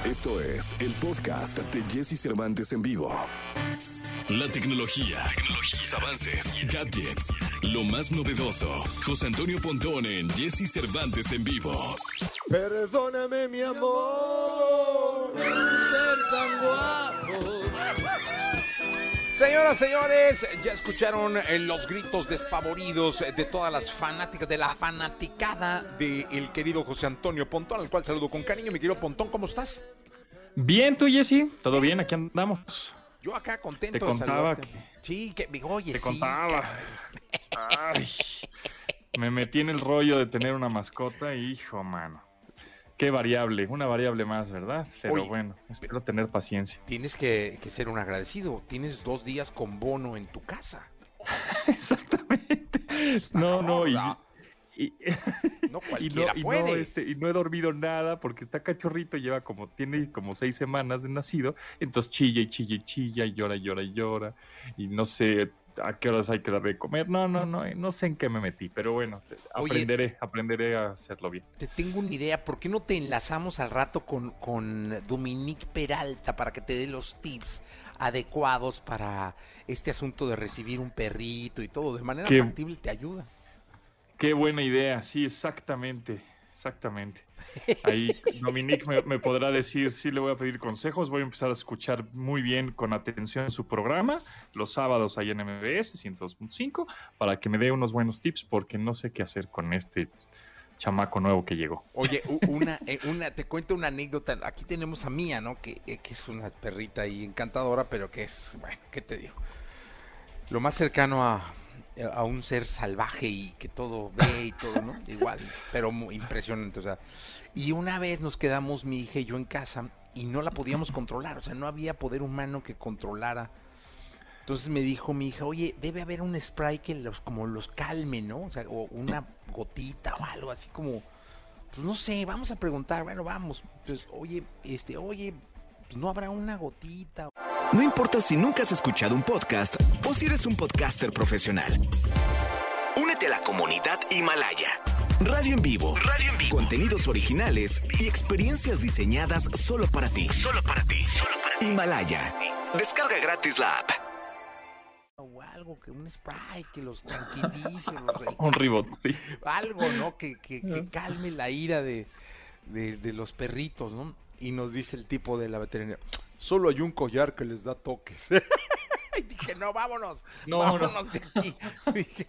Esto es el podcast de Jesse Cervantes en vivo. La tecnología, sus avances, gadgets, lo más novedoso. José Antonio Pontón en Jesse Cervantes en vivo. Perdóname, mi amor, ser tan guapo. Señoras, señores, ya escucharon los gritos despavoridos de todas las fanáticas, de la fanaticada del querido José Antonio Pontón, al cual saludo con cariño. Mi querido Pontón, ¿cómo estás? Bien, tú, Jessy, todo bien, aquí andamos. Yo acá contento Te de contaba saludarte. que... Sí, oye, Te sí. contaba. Ay, me metí en el rollo de tener una mascota y, hijo, mano. Qué variable, una variable más, ¿verdad? Pero Oye, bueno, espero tener paciencia. Tienes que ser un agradecido. Tienes 2 días con bono en tu casa. Exactamente. No, ¿verdad? y No cualquiera puede. Y no he dormido nada porque está cachorrito, tiene como 6 semanas de nacido, entonces chilla y chilla y chilla y llora y llora y llora, y no sé a qué horas hay que darle de comer, no sé en qué me metí, pero bueno, Oye, aprenderé a hacerlo bien. te tengo una idea. ¿Por qué no te enlazamos al rato con Dominique Peralta para que te dé los tips adecuados para este asunto de recibir un perrito y todo? De manera Qué, factible te ayuda. qué buena idea, sí, exactamente. Ahí Dominique me podrá decir, sí le voy a pedir consejos, voy a empezar a escuchar muy bien con atención su programa, los sábados ahí en MBS 102.5, para que me dé unos buenos tips, porque no sé qué hacer con este chamaco nuevo que llegó. Oye, te cuento una anécdota. Aquí tenemos a Mía, ¿no? Que es una perrita ahí encantadora, pero que es, bueno, ¿qué te digo? Lo más cercano a un ser salvaje y que todo ve y todo, ¿no? Igual, pero muy impresionante, o sea. Y una vez nos quedamos mi hija y yo en casa y no la podíamos controlar, o sea, no había poder humano que controlara. Entonces me dijo mi hija, oye, debe haber un spray que como los calme, ¿no? O sea, o una gotita o algo así como, pues no sé, vamos a preguntar, bueno, vamos. Entonces, oye, pues no habrá una gotita. No importa si nunca has escuchado un podcast o si eres un podcaster profesional. Únete a la comunidad Himalaya. Radio en vivo. Contenidos originales y experiencias diseñadas solo para ti. Himalaya. Descarga gratis la app. O algo, que un spray que los tranquilice, Un ribot, sí. algo, ¿no? Que calme la ira de los perritos, ¿no? Y nos dice el tipo de la veterinaria, solo hay un collar que les da toques. Y dije, no, vámonos de aquí. Dije,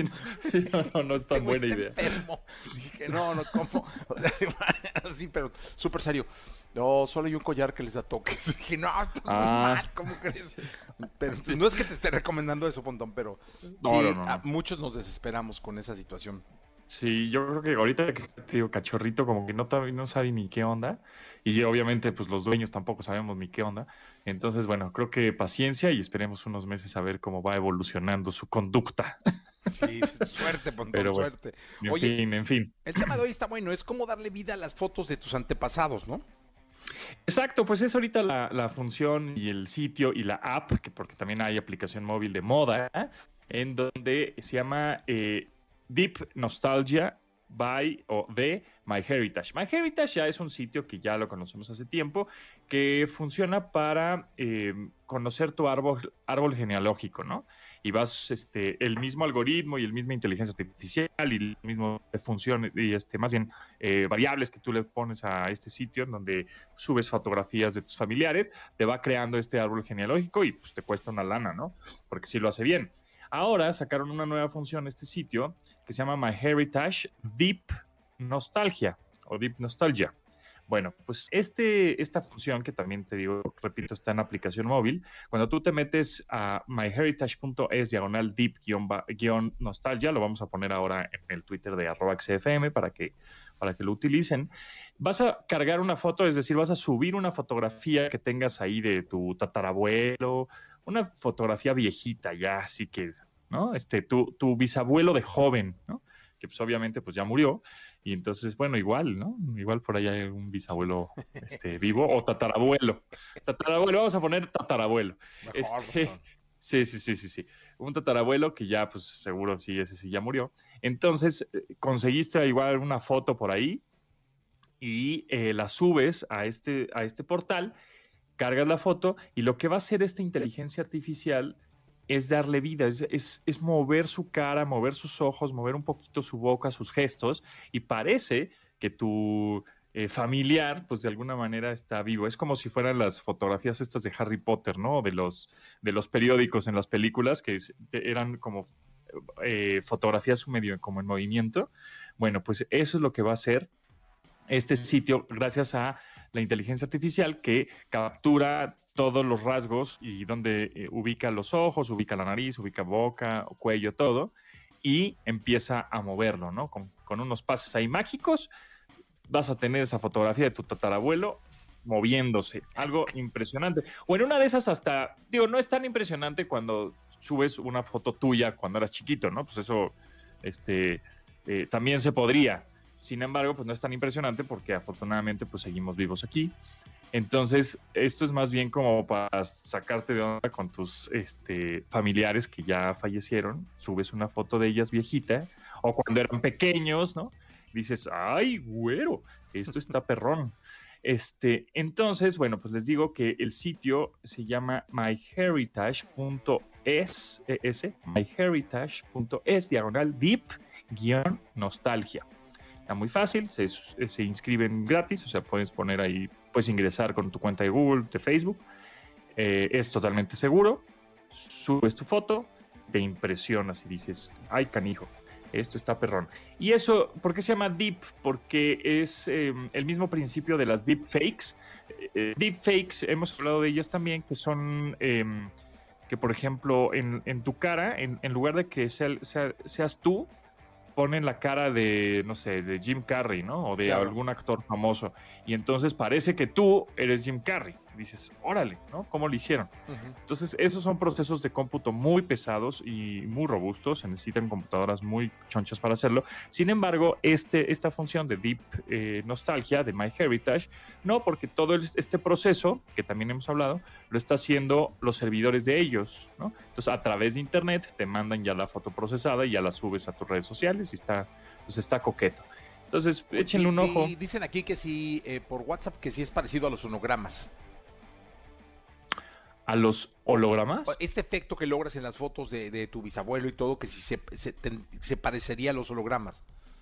no es tan buena idea. Enfermo. Dije, no, ¿cómo? Así, pero súper serio. No, solo hay un collar que les da toques. Dije, no, estás muy mal, ¿cómo crees? Pero no es que te esté recomendando eso, Pontón, pero No. muchos nos desesperamos con esa situación. Sí, yo creo que ahorita que te digo cachorrito, como que no sabe ni qué onda, y obviamente pues los dueños tampoco sabemos ni qué onda, entonces bueno, creo que paciencia y esperemos unos meses a ver cómo va evolucionando su conducta. Sí, suerte, Pontón, Pero bueno, suerte. Oye, en fin. El tema de hoy está bueno, es cómo darle vida a las fotos de tus antepasados, ¿no? Exacto, pues es ahorita la función y el sitio y la app, porque también hay aplicación móvil de moda, en donde se llama Deep Nostalgia by o de MyHeritage. MyHeritage ya es un sitio que ya lo conocemos hace tiempo, que funciona para conocer tu árbol genealógico, ¿no? Y vas, el mismo algoritmo y el misma inteligencia artificial y el mismo función y más bien variables que tú le pones a este sitio en donde subes fotografías de tus familiares, te va creando este árbol genealógico y pues te cuesta una lana, ¿no? Porque sí lo hace bien. Ahora sacaron una nueva función este sitio que se llama MyHeritage Deep Nostalgia o Deep Nostalgia. Bueno, pues esta función que también te digo, repito, está en aplicación móvil. Cuando tú te metes a myheritage.es/deep-nostalgia, lo vamos a poner ahora en el Twitter de @xfm para que lo utilicen. Vas a cargar una foto, es decir, vas a subir una fotografía que tengas ahí de tu tatarabuelo, una fotografía viejita ya, así que, ¿no? Tu bisabuelo de joven, ¿no? Que pues obviamente pues ya murió, y entonces, bueno, igual, ¿no? Igual por ahí hay un bisabuelo vivo, o tatarabuelo. Tatarabuelo, vamos a poner tatarabuelo. Mejor, Sí. Un tatarabuelo que ya, pues seguro sí, ese sí ya murió. Entonces, conseguiste igual una foto por ahí, y la subes a este portal, cargas la foto y lo que va a hacer esta inteligencia artificial es darle vida, es mover su cara, mover sus ojos, mover un poquito su boca, sus gestos, y parece que tu familiar, pues de alguna manera está vivo. Es como si fueran las fotografías estas de Harry Potter, ¿no? De los periódicos en las películas, que eran como fotografías medio como en movimiento. Bueno, pues eso es lo que va a hacer este sitio gracias a la inteligencia artificial que captura todos los rasgos y donde ubica los ojos, ubica la nariz, ubica boca, cuello, todo, y empieza a moverlo, ¿no? Con unos pases ahí mágicos vas a tener esa fotografía de tu tatarabuelo moviéndose, algo impresionante. O en una de esas hasta, digo, no es tan impresionante cuando subes una foto tuya cuando eras chiquito, ¿no? Pues eso también se podría. Sin embargo, pues no es tan impresionante porque afortunadamente pues seguimos vivos aquí. Entonces, esto es más bien como para sacarte de onda con tus familiares que ya fallecieron. Subes una foto de ellas viejita o cuando eran pequeños, ¿no? Dices, ¡ay, güero! Esto está perrón. Entonces, bueno, pues les digo que el sitio se llama myheritage.es, myheritage.es/deep-nostalgia. Está muy fácil, se inscriben gratis, o sea, puedes poner ahí, puedes ingresar con tu cuenta de Google, de Facebook. Es totalmente seguro. Subes tu foto, te impresionas y dices, ¡ay, canijo! Esto está perrón. Y eso, ¿por qué se llama Deep? Porque es el mismo principio de las deepfakes. Deepfakes, hemos hablado de ellas también, que son que, por ejemplo, en tu cara, en lugar de que seas tú, ponen la cara de, no sé, de Jim Carrey, ¿no? O de algún actor famoso. Y entonces parece que tú eres Jim Carrey. Dices, órale, ¿no? ¿Cómo lo hicieron? Uh-huh. Entonces, esos son procesos de cómputo muy pesados y muy robustos. Se necesitan computadoras muy chonchas para hacerlo. Sin embargo, esta función de Deep Nostalgia, de MyHeritage, no, porque todo este proceso, que también hemos hablado, lo está haciendo los servidores de ellos, ¿no? Entonces, a través de internet te mandan ya la foto procesada y ya la subes a tus redes sociales y está coqueto. Entonces, échenle un ojo. Y dicen aquí que sí, por WhatsApp, que sí es parecido a los hologramas. ¿A los hologramas? Este efecto que logras en las fotos de tu bisabuelo y todo, que sí se parecería a los hologramas.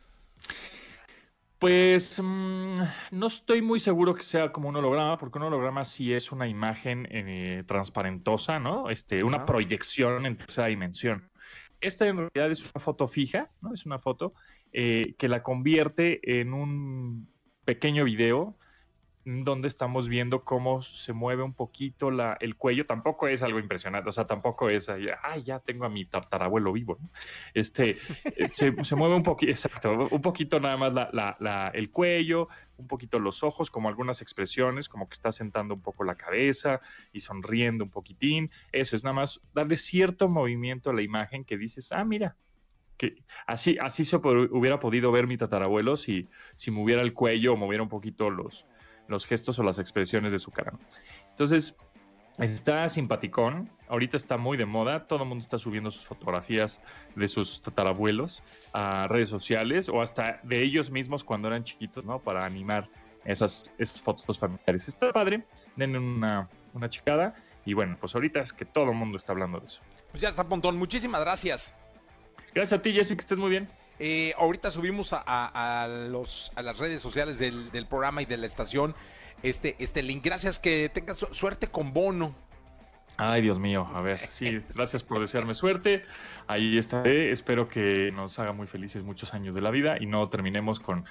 Pues no estoy muy seguro que sea como un holograma, porque un holograma sí es una imagen transparentosa, ¿no? Una proyección en tercera dimensión. Esta en realidad es una foto fija, ¿no? Es una foto que la convierte en un pequeño video donde estamos viendo cómo se mueve un poquito el cuello. Tampoco es algo impresionante, o sea, tampoco es, ya tengo a mi tatarabuelo vivo, ¿no? Se mueve un poquito, exacto, un poquito nada más el cuello, un poquito los ojos, como algunas expresiones, como que está sentando un poco la cabeza y sonriendo un poquitín. Eso es nada más darle cierto movimiento a la imagen que dices, mira, que así se hubiera podido ver mi tatarabuelo si moviera el cuello o moviera un poquito los gestos o las expresiones de su cara. Entonces, está simpaticón. Ahorita está muy de moda. Todo el mundo está subiendo sus fotografías de sus tatarabuelos a redes sociales o hasta de ellos mismos cuando eran chiquitos, ¿no? Para animar esas fotos familiares. Está padre. Denle una checada. Y bueno, pues ahorita es que todo el mundo está hablando de eso. Pues ya está, Pontón. Muchísimas gracias. Gracias a ti, Jessy, que estés muy bien. Ahorita subimos a las redes sociales del programa y de la estación este link. Gracias, que tengas suerte con Bono. Ay, Dios mío, a ver, sí, gracias por desearme suerte. Ahí estaré, espero que nos haga muy felices muchos años de la vida y no terminemos con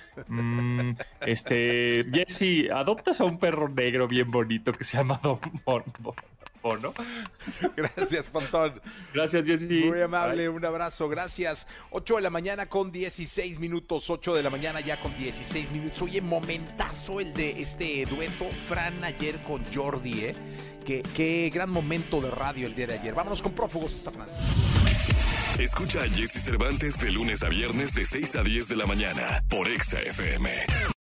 Jessy, adoptas a un perro negro bien bonito que se llama Don Bono. Gracias, Pontón. Gracias, Jessy. Muy amable, un abrazo, gracias. 8 de la mañana con 16 minutos, 8 de la mañana ya con 16 minutos. Oye, momentazo el de este dueto, Fran ayer con Jordi, Qué gran momento de radio el día de ayer. Vámonos con Prófugos hasta Fran. Escucha a Jessy Cervantes de lunes a viernes de 6 a 10 de la mañana por Exa FM.